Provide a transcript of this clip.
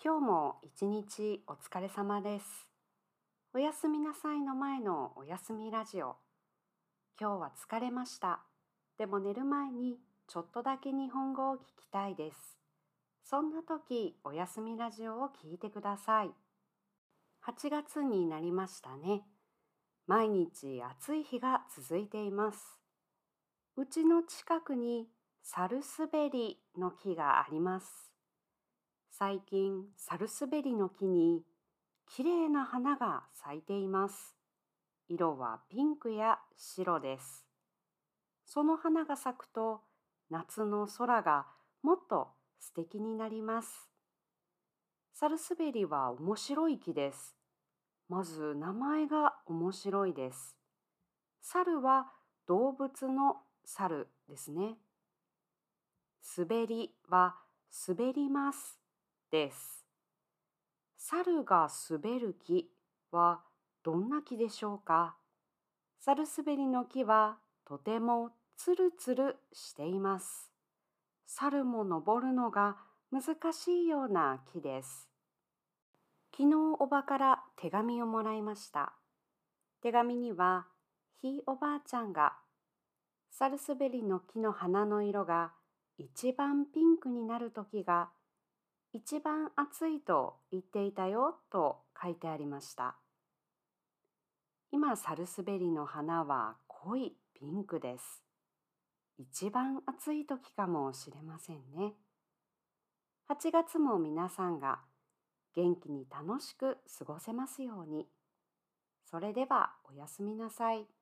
今日も一日お疲れ様です。おやすみなさいの前のおやすみラジオ。今日は疲れました。でも寝る前にちょっとだけ日本語を聞きたいです。そんな時、おやすみラジオを聞いてください。8月になりましたね。毎日暑い日が続いています。うちの近くにサルスベリの木があります。最近、サルスベリの木にきれいな花が咲いています。色はピンクや白です。その花が咲くと夏の空がもっと素敵になります。サルスベリは面白い木です。まず名前が面白いです。猿は動物の猿ですね。滑りは滑りますです。猿が滑る木はどんな木でしょうか？サルスベリの木はとてもツルツルしています。猿も登るのが難しいような木です。昨日おばから手紙をもらいました。手紙にはひいおばあちゃんがサルスベリの木の花の色が一番ピンクになる時が一番暑いと言っていたよと書いてありました。今サルスベリの花は濃いピンクです。一番暑い時かもしれませんね。8月も皆さんが元気に楽しく過ごせますように。それではおやすみなさい。